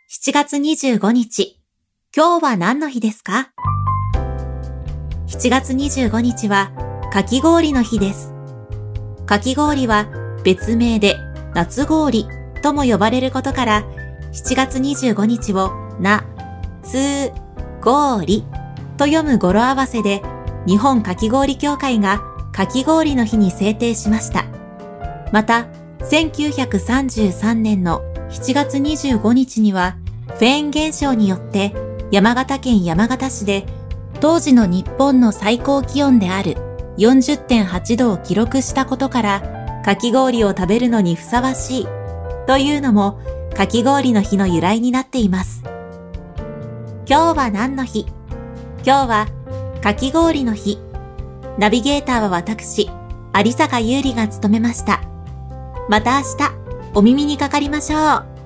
7月25日、今日は何の日ですか？ 7 月25日はかき氷の日です。かき氷は別名で夏氷とも呼ばれることから、7月25日をな、つ、氷と読む語呂合わせで、日本かき氷協会がかき氷の日に制定しました。また、1933年の7月25日には、フェーン現象によって山形県山形市で当時の日本の最高気温である 40.8 度を記録したことから、かき氷を食べるのにふさわしいというのもかき氷の日の由来になっています。今日は何の日？今日はかき氷の日。ナビゲーターは私、有坂優里が務めました。また明日お耳にかかりましょう。